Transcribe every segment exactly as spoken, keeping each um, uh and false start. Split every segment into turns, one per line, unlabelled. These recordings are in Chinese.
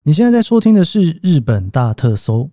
你现在在收听的是日本大特搜。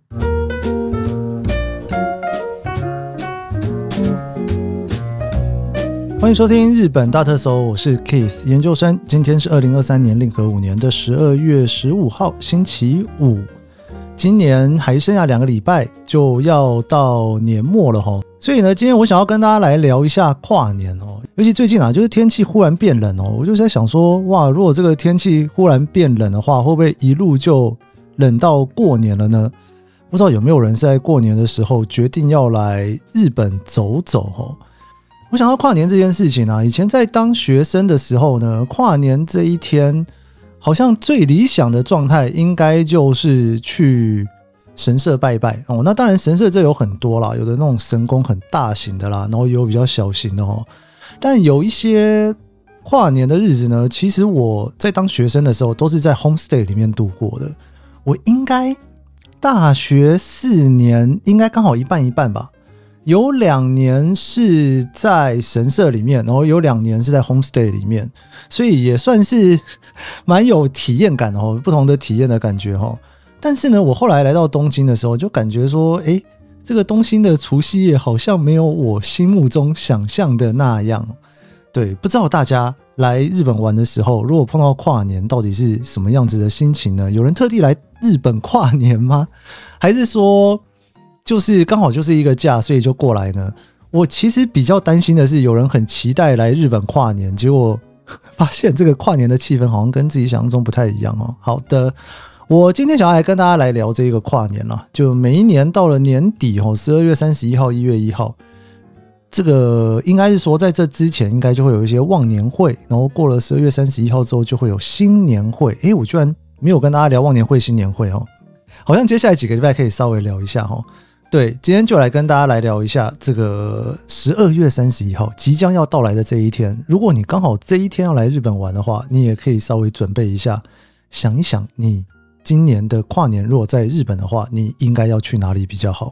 欢迎收听日本大特搜，我是 Keith 研究生。今天是二零二三年令和五年的十二月十五号，星期五。今年还剩下两个礼拜就要到年末了齁，所以呢，今天我想要跟大家来聊一下跨年哦。尤其最近啊，就是天气忽然变冷哦，我就在想说，哇，如果这个天气忽然变冷的话，会不会一路就冷到过年了呢？不知道有没有人是在过年的时候决定要来日本走走哦。我想到跨年这件事情啊，以前在当学生的时候呢，跨年这一天好像最理想的状态应该就是去神社拜拜哦。那当然神社这有很多啦，有的那种神宫很大型的啦，然后也有比较小型的哦。但有一些跨年的日子呢，其实我在当学生的时候都是在 homestay 里面度过的。我应该大学四年应该刚好一半一半吧，有两年是在神社里面，然后有两年是在 homestay 里面，所以也算是蛮有体验感的哦，不同的体验的感觉哦。但是呢，我后来来到东京的时候，就感觉说，诶，这个东京的除夕夜好像没有我心目中想象的那样。对，不知道大家来日本玩的时候，如果碰到跨年，到底是什么样子的心情呢？有人特地来日本跨年吗？还是说就是刚好就是一个假，所以就过来呢？我其实比较担心的是，有人很期待来日本跨年，结果发现这个跨年的气氛好像跟自己想象中不太一样哦。好的，我今天想要来跟大家来聊这个跨年啦，就每一年到了年底哦，十二月三十一号、一月一号，这个应该是说在这之前应该就会有一些忘年会，然后过了十二月三十一号之后就会有新年会。诶，我居然没有跟大家聊忘年会、新年会哦，好像接下来几个礼拜可以稍微聊一下哦。对，今天就来跟大家来聊一下这个十二月三十一号即将要到来的这一天。如果你刚好这一天要来日本玩的话，你也可以稍微准备一下，想一想你今年的跨年如果在日本的话，你应该要去哪里比较好。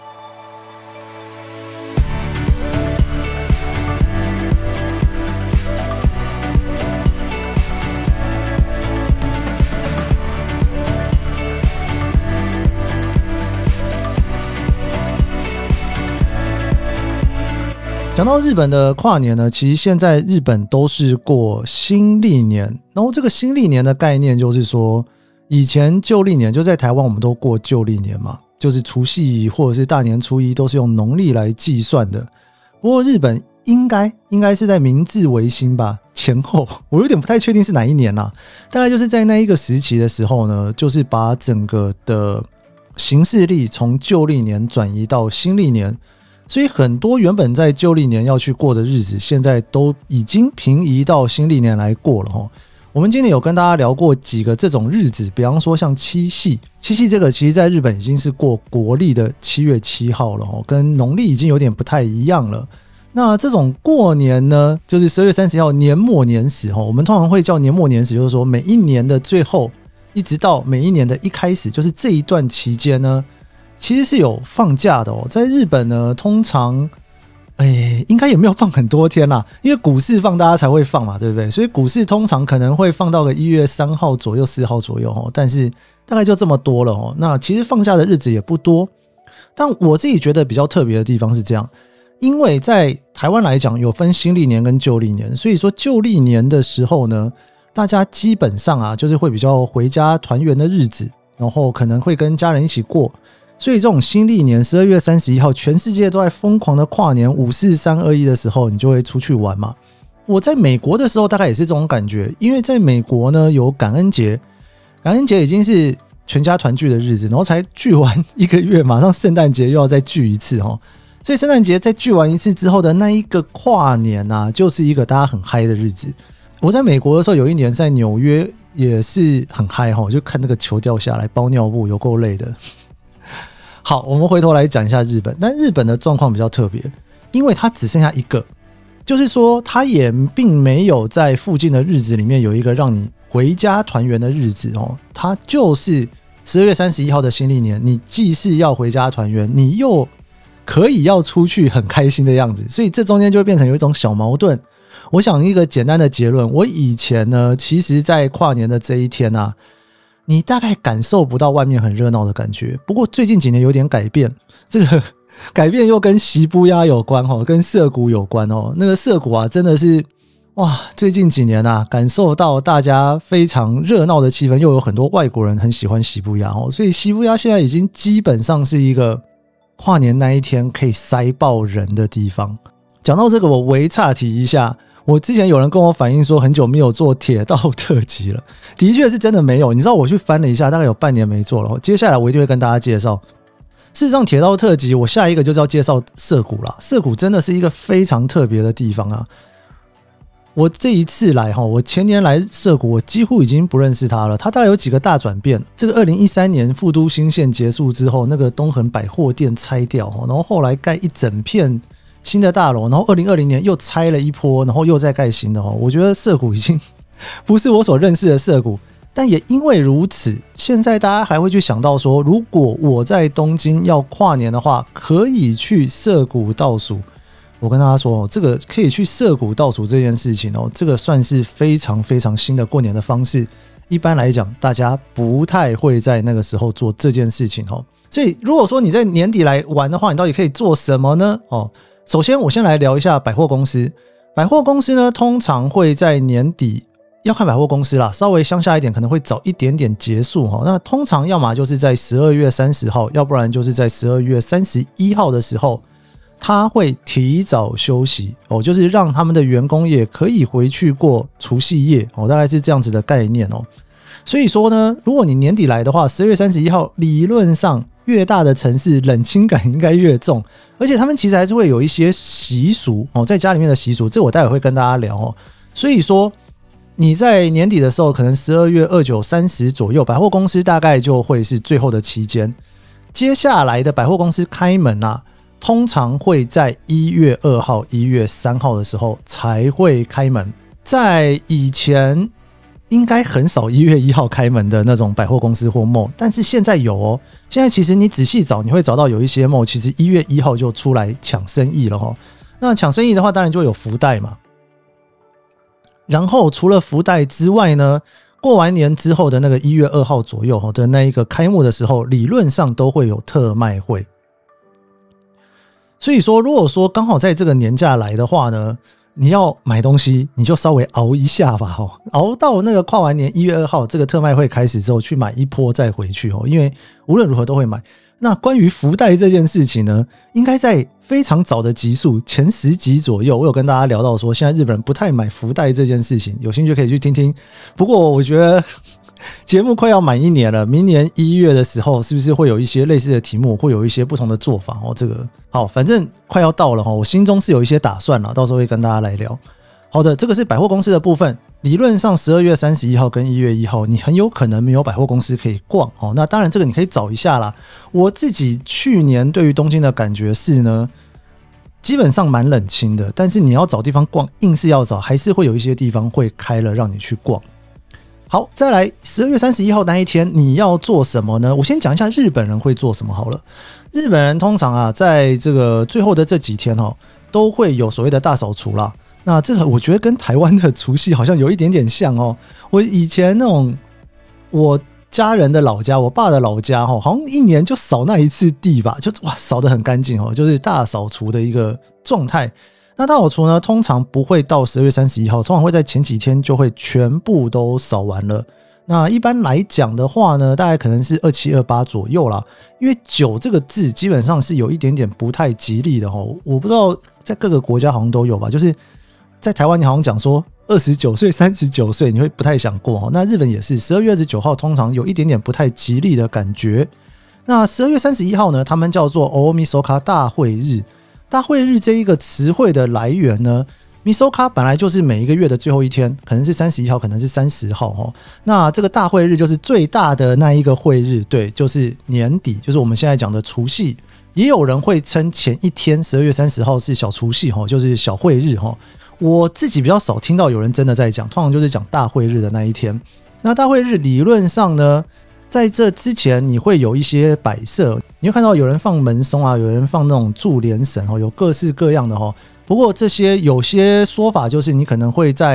讲到日本的跨年呢，其实现在日本都是过新历年，然后这个新历年的概念就是说，以前旧历年就在台湾我们都过旧历年嘛，就是除夕或者是大年初一都是用农历来计算的。不过日本应该应该是在明治维新吧前后，我有点不太确定是哪一年啦，大概就是在那一个时期的时候呢，就是把整个的行事历从旧历年转移到新历年。所以很多原本在旧历年要去过的日子，现在都已经平移到新历年来过了齁。我们今天有跟大家聊过几个这种日子，比方说像七夕，七夕这个其实在日本已经是过国历的七月七号了齁，跟农历已经有点不太一样了。那这种过年呢，就是十二月三十号年末年始齁，我们通常会叫年末年始，就是说每一年的最后一直到每一年的一开始，就是这一段期间呢，其实是有放假的哦。在日本呢，通常诶应该也没有放很多天啦，因为股市放大家才会放嘛，对不对？所以股市通常可能会放到个一月三号左右、四号左右哦，但是大概就这么多了哦。那其实放假的日子也不多，但我自己觉得比较特别的地方是这样，因为在台湾来讲有分新历年跟旧历年，所以说旧历年的时候呢，大家基本上啊就是会比较回家团圆的日子，然后可能会跟家人一起过。所以这种新历年十二月三十一号全世界都在疯狂的跨年，五四三二一的时候你就会出去玩嘛。我在美国的时候大概也是这种感觉，因为在美国呢有感恩节，感恩节已经是全家团聚的日子，然后才聚完一个月，马上圣诞节又要再聚一次哦。所以圣诞节再聚完一次之后的那一个跨年啊，就是一个大家很嗨的日子。我在美国的时候有一年在纽约也是很嗨哦，就看那个球掉下来包尿布，有够累的。好，我们回头来讲一下日本。但日本的状况比较特别，因为它只剩下一个，就是说它也并没有在附近的日子里面有一个让你回家团圆的日子哦。它就是十二月三十一号的新历年，你既是要回家团圆，你又可以要出去很开心的样子，所以这中间就会变成有一种小矛盾。我想一个简单的结论，我以前呢，其实在跨年的这一天啊， 你大概感受不到外面很热闹的感觉。不过最近几年有点改变，这个改变又跟习布亚有关哦，跟涩谷有关哦。那个涩谷啊，真的是哇，最近几年啊，感受到大家非常热闹的气氛，又有很多外国人很喜欢习布亚哦，所以习布亚现在已经基本上是一个跨年那一天可以塞爆人的地方。讲到这个，我微岔题一下。我之前有人跟我反映说很久没有做铁道特辑了，的确是真的没有。你知道我去翻了一下，大概有半年没做了。接下来我一定会跟大家介绍。事实上，铁道特辑我下一个就是要介绍涩谷啦。涩谷真的是一个非常特别的地方啊。我这一次来，我前年来涩谷，我几乎已经不认识它了。它大概有几个大转变。这个二零一三年副都新线结束之后，那个东横百货店拆掉，然后后来盖一整片新的大楼，然后二零二零年又拆了一波，然后又再盖新的。我觉得涩谷已经不是我所认识的涩谷，但也因为如此，现在大家还会去想到说，如果我在东京要跨年的话，可以去涩谷倒数。我跟大家说，这个可以去涩谷倒数这件事情哦，这个算是非常非常新的过年的方式。一般来讲，大家不太会在那个时候做这件事情哦。所以，如果说你在年底来玩的话，你到底可以做什么呢？哦。首先我先来聊一下百货公司。百货公司呢，通常会在年底，要看百货公司啦，稍微乡下一点可能会早一点点结束。那通常要么就是在十二月三十号，要不然就是在十二月三十一号的时候，他会提早休息，就是让他们的员工也可以回去过除夕夜，大概是这样子的概念。所以说呢，如果你年底来的话，十二月三十一号理论上越大的城市冷清感应该越重，而且他们其实还是会有一些习俗哦，在家里面的习俗，这我待会会跟大家聊哦。所以说你在年底的时候，可能十二月二十九、三十左右，百货公司大概就会是最后的期间。接下来的百货公司开门啊，通常会在一月二号、一月三号的时候才会开门。在以前应该很少一月一号开门的那种百货公司或 mall， 但是现在有哦。现在其实你仔细找，你会找到有一些 mall 其实一月一号就出来抢生意了哦。那抢生意的话，当然就有福袋嘛。然后除了福袋之外呢，过完年之后的那个一月二号左右的那一个开幕的时候，理论上都会有特卖会。所以说，如果说刚好在这个年假来的话呢，你要买东西，你就稍微熬一下吧，哦，熬到那个跨完年一月二号这个特卖会开始之后，去买一波再回去哦，因为无论如何都会买。那关于福袋这件事情呢，应该在非常早的集数前十集左右，我有跟大家聊到说，现在日本人不太买福袋这件事情，有兴趣可以去听听。不过我觉得节目快要满一年了，明年一月的时候是不是会有一些类似的题目，会有一些不同的做法哦？这个好，反正快要到了哦，我心中是有一些打算了，到时候会跟大家来聊。好的，这个是百货公司的部分。理论上十二月三十一号跟一月一号，你很有可能没有百货公司可以逛哦。那当然，这个你可以找一下啦。我自己去年对于东京的感觉是呢，基本上蛮冷清的，但是你要找地方逛，硬是要找，还是会有一些地方会开了让你去逛。好，再来十二月三十一号那一天你要做什么呢？我先讲一下日本人会做什么好了。日本人通常啊，在这个最后的这几天哦，都会有所谓的大扫除啦。那这个我觉得跟台湾的除夕好像有一点点像哦。我以前那种我家人的老家，我爸的老家哦，好像一年就扫那一次地吧，就哇扫得很干净哦，就是大扫除的一个状态。那大扫除呢，通常不会到十二月三十一号，通常会在前几天就会全部都扫完了。那一般来讲的话呢，大概可能是二七二八左右啦，因为九这个字基本上是有一点点不太吉利的哦。我不知道在各个国家好像都有吧，就是在台湾你好像讲说二十九岁、三十九岁你会不太想过哦。那日本也是十二月二十九号通常有一点点不太吉利的感觉。那十二月三十一号呢，他们叫做 Omisoka 大会日。大会日这一个词汇的来源呢， Misoka 本来就是每一个月的最后一天，可能是三十一号，可能是三十号哦。那这个大会日就是最大的那一个会日，对，就是年底，就是我们现在讲的除夕。也有人会称前一天十二月三十号是小除夕，就是小会日。我自己比较少听到有人真的在讲，通常就是讲大会日的那一天。那大会日理论上呢，在这之前你会有一些摆设，你会看到有人放门松啊，有人放那种注连绳，有各式各样的。不过这些有些说法就是你可能会在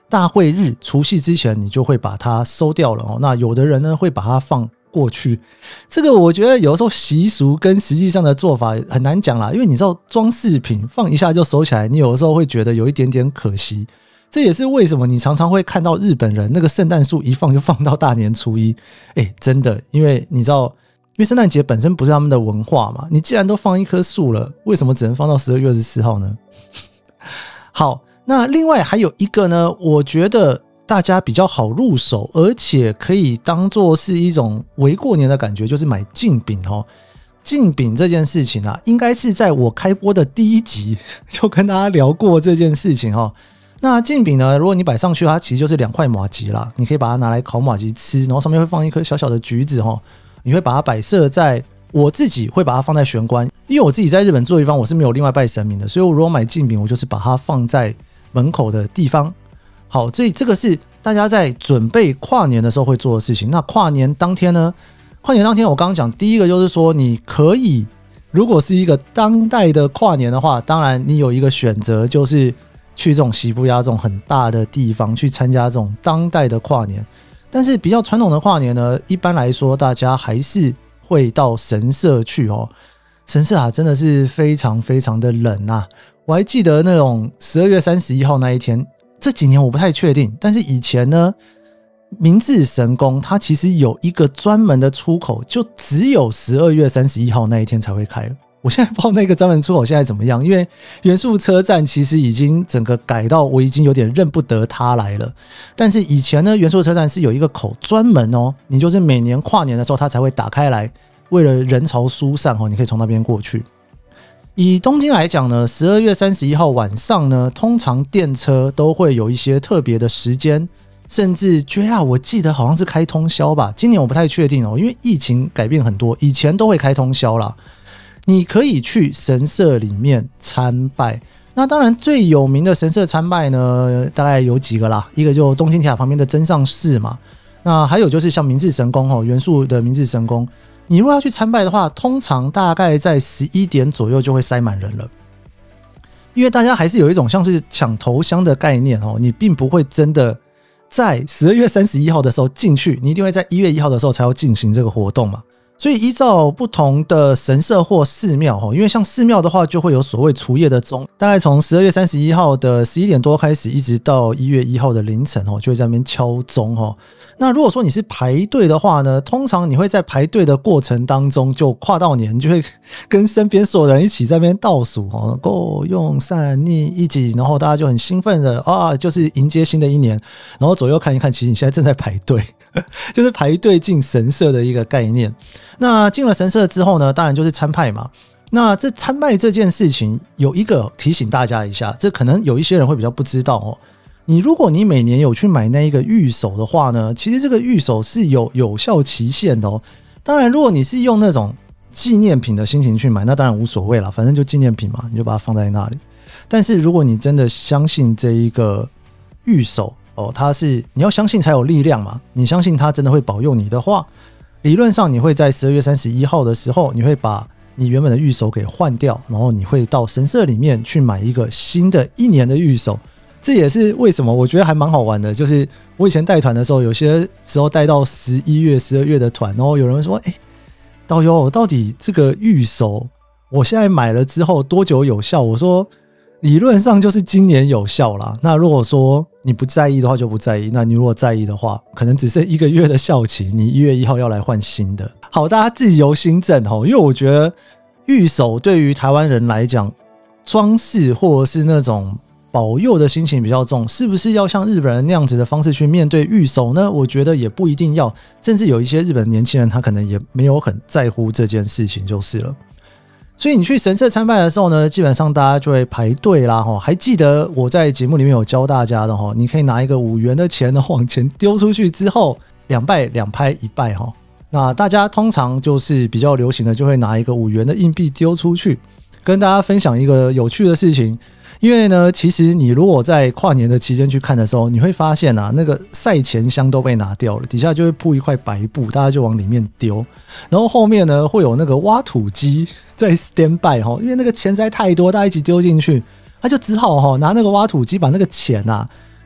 大会日除夕之前你就会把它收掉了哦。那有的人呢会把它放过去，这个我觉得有时候习俗跟实际上的做法很难讲啦，因为你知道装饰品放一下就收起来，你有的时候会觉得有一点点可惜。这也是为什么你常常会看到日本人那个圣诞树一放就放到大年初一。诶，真的，因为你知道，因为圣诞节本身不是他们的文化嘛，你既然都放一棵树了，为什么只能放到十二月二十四号呢？好，那另外还有一个呢，我觉得大家比较好入手，而且可以当作是一种微过年的感觉，就是买镜饼哦。镜饼这件事情啊，应该是在我开播的第一集就跟大家聊过这件事情哦。那镜饼呢，如果你摆上去，它其实就是两块麻糬啦，你可以把它拿来烤麻糬吃，然后上面会放一颗小小的橘子哦。你会把它摆设在，我自己会把它放在玄关，因为我自己在日本住的地方我是没有另外拜神明的，所以我如果买镜饼，我就是把它放在门口的地方。好，所以这个是大家在准备跨年的时候会做的事情。那跨年当天呢？跨年当天我刚刚讲第一个就是说，你可以如果是一个当代的跨年的话，当然你有一个选择，就是去这种喜布亚这种很大的地方去参加这种当代的跨年。但是比较传统的跨年呢，一般来说大家还是会到神社去哦。神社啊真的是非常非常的冷啊，我还记得那种十二月三十一号那一天，这几年我不太确定，但是以前呢，明治神宫它其实有一个专门的出口，就只有十二月三十一号那一天才会开。我现在不知道那个专门出口现在怎么样，因为原宿车站其实已经整个改到我已经有点认不得它来了。但是以前呢，原宿车站是有一个口专门哦，你就是每年跨年的时候它才会打开来，为了人潮疏散哦，你可以从那边过去。以东京来讲呢，十二月三十一号晚上呢，通常电车都会有一些特别的时间，甚至 J R 我记得好像是开通宵吧，今年我不太确定哦，因为疫情改变很多，以前都会开通宵啦。你可以去神社里面参拜，那当然最有名的神社参拜呢，大概有几个啦，一个就东京铁塔旁边的真上寺嘛，那还有就是像明治神宫哦，原宿的明治神宫，你如果要去参拜的话，通常大概在十一点左右就会塞满人了，因为大家还是有一种像是抢头香的概念哦，你并不会真的在十二月三十一号的时候进去，你一定会在一月一号的时候才要进行这个活动嘛。所以依照不同的神社或寺庙，因为像寺庙的话就会有所谓除夜的钟，大概从十二月三十一号的十一点多开始，一直到一月一号的凌晨就会在那边敲钟。那如果说你是排队的话呢，通常你会在排队的过程当中就跨到年，你就会跟身边所有的人一起在那边倒数够用善逆一己，然后大家就很兴奋的啊，就是迎接新的一年，然后左右看一看，其实你现在正在排队，就是排队进神社的一个概念。那进了神社之后呢，当然就是参拜嘛。那这参拜这件事情有一个提醒大家一下，这可能有一些人会比较不知道哦。你如果你每年有去买那一个御守的话呢，其实这个御守是有有效期限的哦。当然如果你是用那种纪念品的心情去买，那当然无所谓啦，反正就纪念品嘛，你就把它放在那里。但是如果你真的相信这一个御守哦，它是你要相信才有力量嘛，你相信它真的会保佑你的话，理论上你会在十二月三十一号的时候，你会把你原本的御守给换掉，然后你会到神社里面去买一个新的一年的御守。这也是为什么我觉得还蛮好玩的，就是我以前带团的时候，有些时候带到十一月十二月的团，然后有人说诶导游到底这个御守我现在买了之后多久有效？我说理论上就是今年有效啦，那如果说你不在意的话就不在意，那你如果在意的话，可能只剩一个月的效期，你一月一号要来换新的。好，大家自己由心证齁，因为我觉得御守对于台湾人来讲，装饰或者是那种保佑的心情比较重，是不是要像日本人那样子的方式去面对御守呢？我觉得也不一定要，甚至有一些日本年轻人他可能也没有很在乎这件事情就是了。所以你去神社参拜的时候呢，基本上大家就会排队啦。还记得我在节目里面有教大家的，你可以拿一个五元的钱往前丢出去之后，两拜两拍一拜。那大家通常就是比较流行的就会拿一个五元的硬币丢出去。跟大家分享一个有趣的事情，因为呢其实你如果在跨年的期间去看的时候，你会发现啊，那个赛钱箱都被拿掉了，底下就会铺一块白布，大家就往里面丢，然后后面呢会有那个挖土机在 stand by， 因为那个钱实在太多，大家一起丢进去，他就只好拿那个挖土机把那个钱啊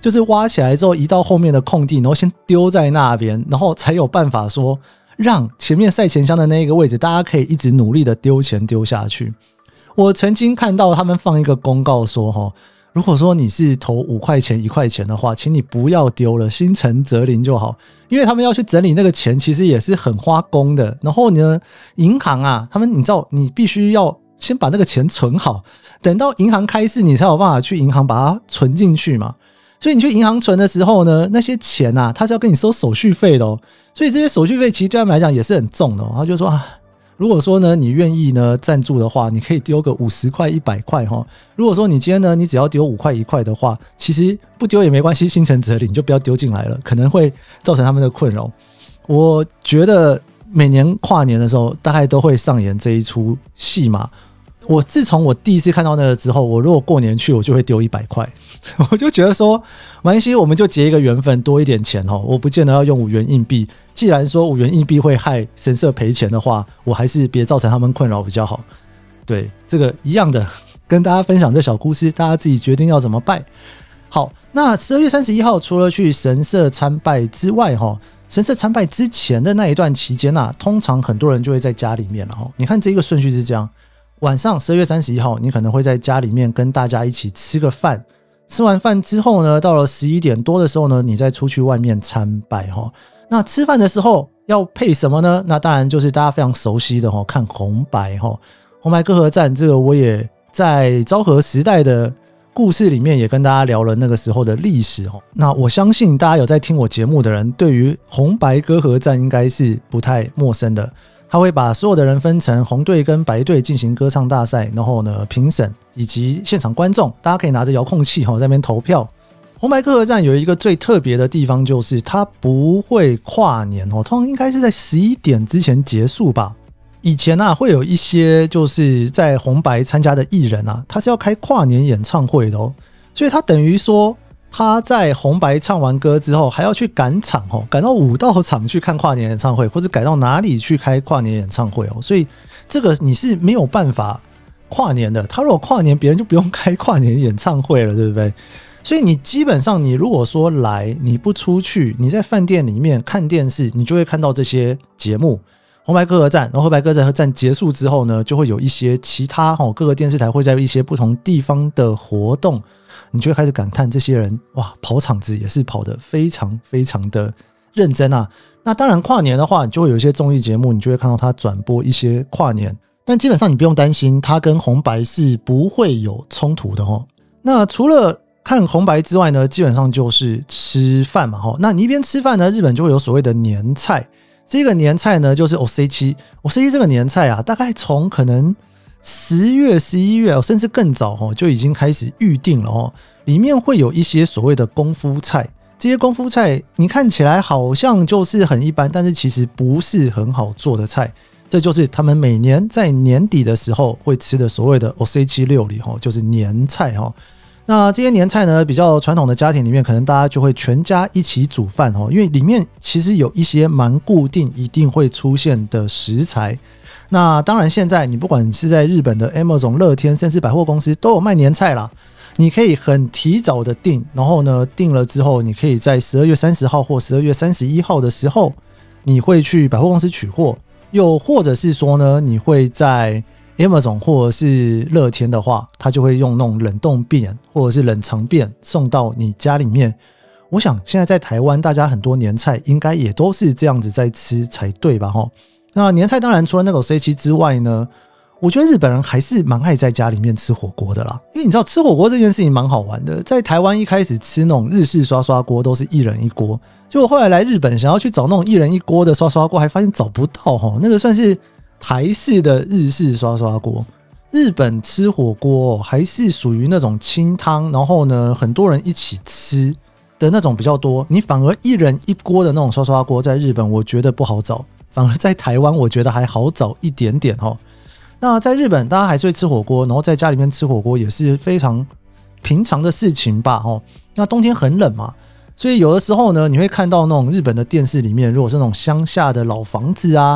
就是挖起来之后移到后面的空地，然后先丢在那边，然后才有办法说让前面赛钱箱的那一个位置大家可以一直努力的丢钱丢下去。我曾经看到他们放一个公告说，如果说你是投五块钱一块钱的话，请你不要丢了，心诚则灵就好。因为他们要去整理那个钱其实也是很花工的，然后呢银行啊，他们你知道你必须要先把那个钱存好，等到银行开市你才有办法去银行把它存进去嘛。所以你去银行存的时候呢，那些钱啊他是要跟你收手续费的哦，所以这些手续费其实对他们来讲也是很重的哦。他就说啊，如果说呢你愿意呢赞助的话，你可以丢个五十块一百块齁。如果说你今天呢你只要丢五块一块的话，其实不丢也没关系，心诚则灵，你就不要丢进来了，可能会造成他们的困扰。我觉得每年跨年的时候大概都会上演这一出戏嘛。我自从我第一次看到那个之后，我如果过年去我就会丢一百块，我就觉得说没关系，我们就结一个缘分，多一点钱齁，我不见得要用五元硬币。既然说五元硬币会害神社赔钱的话，我还是别造成他们困扰比较好。对，这个一样的跟大家分享这小故事，大家自己决定要怎么拜。好，那十二月三十一号除了去神社参拜之外，神社参拜之前的那一段期间啊，通常很多人就会在家里面了。你看这个顺序是这样，晚上十二月三十一号你可能会在家里面跟大家一起吃个饭，吃完饭之后呢，到了十一点多的时候呢，你再出去外面参拜。那吃饭的时候要配什么呢？那当然就是大家非常熟悉的看红白。红白歌合战这个我也在昭和时代的故事里面也跟大家聊了那个时候的历史。那我相信大家有在听我节目的人对于红白歌合战应该是不太陌生的。他会把所有的人分成红队跟白队进行歌唱大赛，然后呢评审以及现场观众大家可以拿着遥控器在那边投票。红白歌合战有一个最特别的地方，就是它不会跨年，通常应该是在十一点之前结束吧。以前啊会有一些就是在红白参加的艺人啊，他是要开跨年演唱会的哦，所以他等于说他在红白唱完歌之后还要去赶场哦，赶到武道场去看跨年演唱会，或者改到哪里去开跨年演唱会哦，所以这个你是没有办法跨年的。他如果跨年，别人就不用开跨年演唱会了，对不对？所以你基本上你如果说来你不出去，你在饭店里面看电视，你就会看到这些节目。红白歌合战，然后红白歌合战结束之后呢，就会有一些其他各个电视台会在一些不同地方的活动，你就会开始感叹这些人哇，跑场子也是跑得非常非常的认真啊。那当然跨年的话，你就会有一些综艺节目，你就会看到他转播一些跨年，但基本上你不用担心，它跟红白是不会有冲突的哦。那除了看红白之外呢，基本上就是吃饭嘛。那你一边吃饭呢，日本就会有所谓的年菜。这个年菜呢就是 おせち。おせち这个年菜啊，大概从可能十月十一月甚至更早就已经开始预定了。里面会有一些所谓的功夫菜，这些功夫菜你看起来好像就是很一般，但是其实不是很好做的菜。这就是他们每年在年底的时候会吃的所谓的おせち料理，就是年菜。那这些年菜呢，比较传统的家庭里面，可能大家就会全家一起煮饭，因为里面其实有一些蛮固定一定会出现的食材。那当然现在你不管是在日本的 Amazon、乐天甚至百货公司都有卖年菜啦，你可以很提早的订，然后呢订了之后，你可以在十二月三十号或十二月三十一号的时候，你会去百货公司取货，又或者是说呢，你会在Amazon 或者是乐天的话，它就会用那种冷冻便或者是冷藏便送到你家里面。我想现在在台湾大家很多年菜应该也都是这样子在吃才对吧。那年菜当然除了那个おせち之外呢，我觉得日本人还是蛮爱在家里面吃火锅的啦。因为你知道吃火锅这件事情蛮好玩的，在台湾一开始吃那种日式刷刷锅都是一人一锅，结果后来来日本想要去找那种一人一锅的刷刷锅，还发现找不到，那个算是台式的日式刷刷锅。日本吃火锅还是属于那种清汤，然后呢很多人一起吃的那种比较多，你反而一人一锅的那种刷刷锅在日本我觉得不好找，反而在台湾我觉得还好找一点点。那在日本大家还是会吃火锅，然后在家里面吃火锅也是非常平常的事情吧。那冬天很冷嘛，所以有的时候呢你会看到那种日本的电视里面，如果是那种乡下的老房子啊，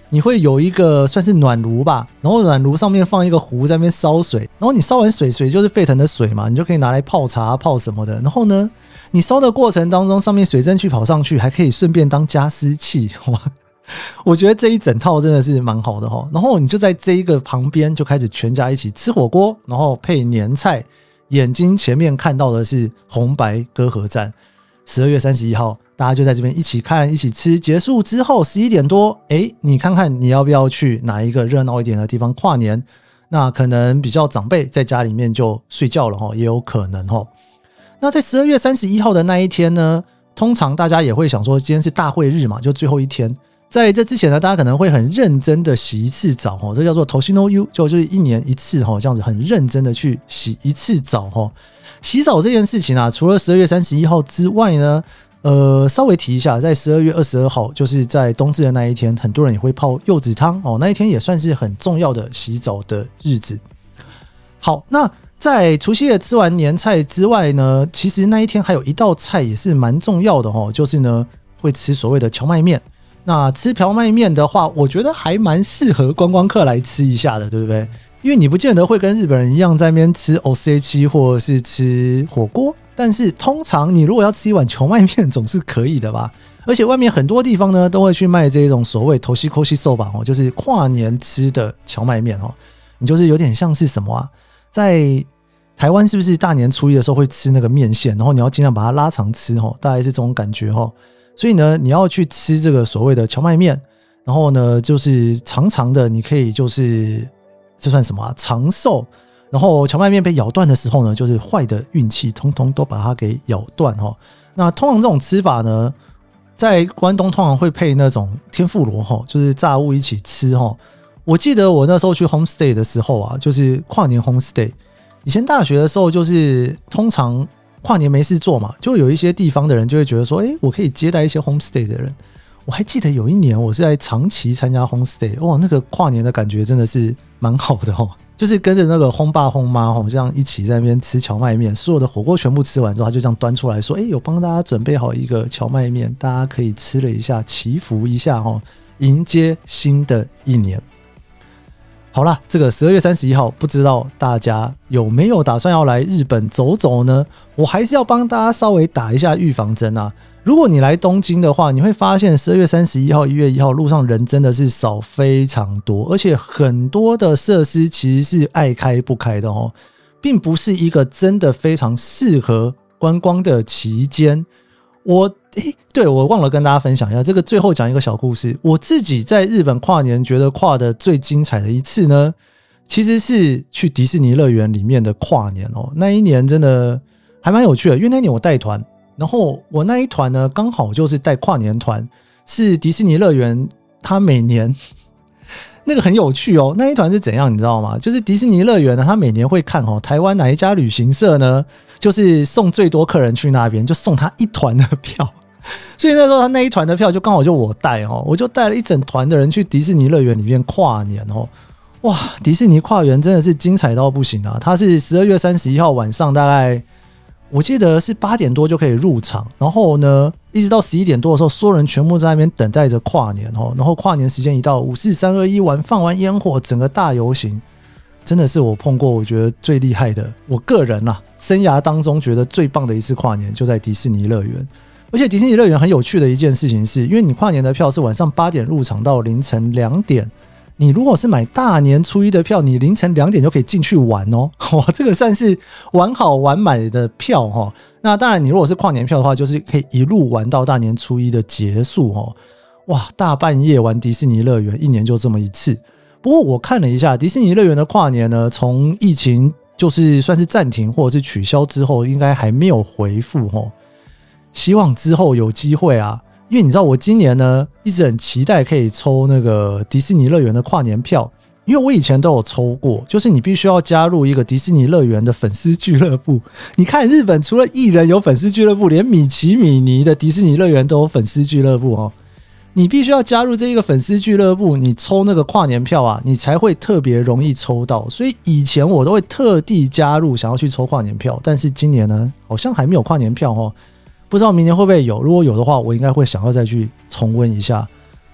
你会有一个算是暖炉吧，然后暖炉上面放一个壶在那边烧水，然后你烧完水，水就是沸腾的水嘛，你就可以拿来泡茶泡什么的。然后呢，你烧的过程当中，上面水蒸气跑上去，还可以顺便当加湿器。哇，我觉得这一整套真的是蛮好的齁。然后你就在这一个旁边就开始全家一起吃火锅，然后配年菜，眼睛前面看到的是红白歌合战。十二月三十一号，大家就在这边一起看一起吃，结束之后十一点多，诶，你看看你要不要去哪一个热闹一点的地方跨年。那可能比较长辈在家里面就睡觉了齁，也有可能齁。那在十二月三十一号的那一天呢，通常大家也会想说今天是大会日嘛，就最后一天。在这之前呢，大家可能会很认真的洗一次澡齁，这叫做 Toshino Yu， 就是一年一次齁，这样子很认真的去洗一次澡齁。洗澡这件事情啊，除了十二月三十一号之外呢，呃，稍微提一下，在十二月二十二号，就是在冬至的那一天，很多人也会泡柚子汤哦，那一天也算是很重要的洗澡的日子。好，那在除夕夜吃完年菜之外呢，其实那一天还有一道菜也是蛮重要的哦，就是呢会吃所谓的荞麦面。那吃荞麦面的话，我觉得还蛮适合观光客来吃一下的，对不对？因为你不见得会跟日本人一样在那边吃 O C 七或者是吃火锅，但是通常你如果要吃一碗荞麦面总是可以的吧。而且外面很多地方呢都会去卖这种所谓 Toshikoshi Soba 哦，就是跨年吃的荞麦面哦。你就是有点像是什么啊，在台湾是不是大年初一的时候会吃那个面线，然后你要尽量把它拉长吃哦，大概是这种感觉哦。所以呢，你要去吃这个所谓的荞麦面，然后呢就是长长的，你可以就是这算什么啊？长寿。然后荞麦面被咬断的时候呢，就是坏的运气通通都把它给咬断齁。那通常这种吃法呢，在关东通常会配那种天妇罗齁，就是炸物一起吃齁。我记得我那时候去 homestay 的时候啊，就是跨年 homestay。以前大学的时候，就是通常跨年没事做嘛，就有一些地方的人就会觉得说，诶，我可以接待一些 homestay 的人。我还记得有一年我是在长崎参加 homestay， 哇，那个跨年的感觉真的是蛮好的哦，就是跟着那个轰爸轰妈哦，这样一起在那边吃荞麦面，所有的火锅全部吃完之后，他就这样端出来说，诶，有帮大家准备好一个荞麦面，大家可以吃了一下，祈福一下哦，迎接新的一年。好啦，这个十二月三十一号，不知道大家有没有打算要来日本走走呢？我还是要帮大家稍微打一下预防针啊。如果你来东京的话，你会发现十二月三十一号、一月一号路上人真的是少非常多，而且很多的设施其实是爱开不开的哦，并不是一个真的非常适合观光的期间。我诶，对，我忘了跟大家分享一下，这个最后讲一个小故事。我自己在日本跨年觉得跨的最精彩的一次呢，其实是去迪士尼乐园里面的跨年哦。那一年真的还蛮有趣的，因为那一年我带团。然后我那一团呢，刚好就是带跨年团，是迪士尼乐园，它每年那个很有趣哦。那一团是怎样，你知道吗？就是迪士尼乐园呢，它每年会看哦，台湾哪一家旅行社呢，就是送最多客人去那边，就送他一团的票。所以那时候他那一团的票就刚好就我带哦，我就带了一整团的人去迪士尼乐园里面跨年哦。哇，迪士尼跨园真的是精彩到不行啊！它是十二月三十一号晚上大概。我记得是八点多就可以入场，然后呢，一直到十一点多的时候，所有人全部在那边等待着跨年哦。然后跨年时间一到，五四三二一完放完烟火，整个大游行，真的是我碰过我觉得最厉害的。我个人啦、啊，生涯当中觉得最棒的一次跨年就在迪士尼乐园。而且迪士尼乐园很有趣的一件事情是，因为你跨年的票是晚上八点入场到凌晨两点。你如果是买大年初一的票，你凌晨两点就可以进去玩哦，哇，这个算是玩好玩满的票哦。那当然，你如果是跨年票的话，就是可以一路玩到大年初一的结束哦。哇，大半夜玩迪士尼乐园，一年就这么一次。不过我看了一下，迪士尼乐园的跨年呢，从疫情就是算是暂停或者是取消之后，应该还没有恢复哦。希望之后有机会啊。因为你知道我今年呢一直很期待可以抽那个迪士尼乐园的跨年票，因为我以前都有抽过，就是你必须要加入一个迪士尼乐园的粉丝俱乐部。你看日本除了艺人有粉丝俱乐部，连米奇米妮的迪士尼乐园都有粉丝俱乐部哦。你必须要加入这一个粉丝俱乐部，你抽那个跨年票啊，你才会特别容易抽到。所以以前我都会特地加入想要去抽跨年票，但是今年呢好像还没有跨年票哦。不知道明年会不会有，如果有的话，我应该会想要再去重温一下。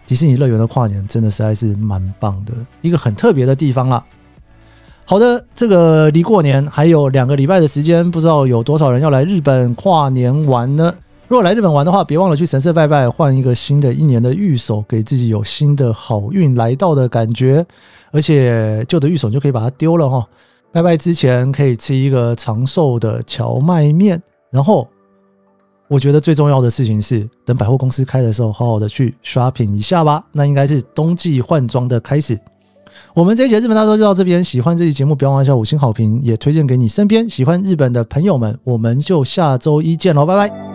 迪士尼乐园的跨年真的实在是蛮棒的，一个很特别的地方啦。好的，这个离过年还有两个礼拜的时间，不知道有多少人要来日本跨年玩呢？如果来日本玩的话，别忘了去神社拜拜，换一个新的一年的御守，给自己有新的好运来到的感觉。而且旧的御守就可以把它丢了齁。拜拜之前可以吃一个长寿的荞麦面，然后我觉得最重要的事情是，等百货公司开的时候，好好的去 shopping 一下吧。那应该是冬季换装的开始。我们这一节日本大周就到这边，喜欢这期节目不要忘了下五星好评，也推荐给你身边喜欢日本的朋友们。我们就下周一见咯，拜拜。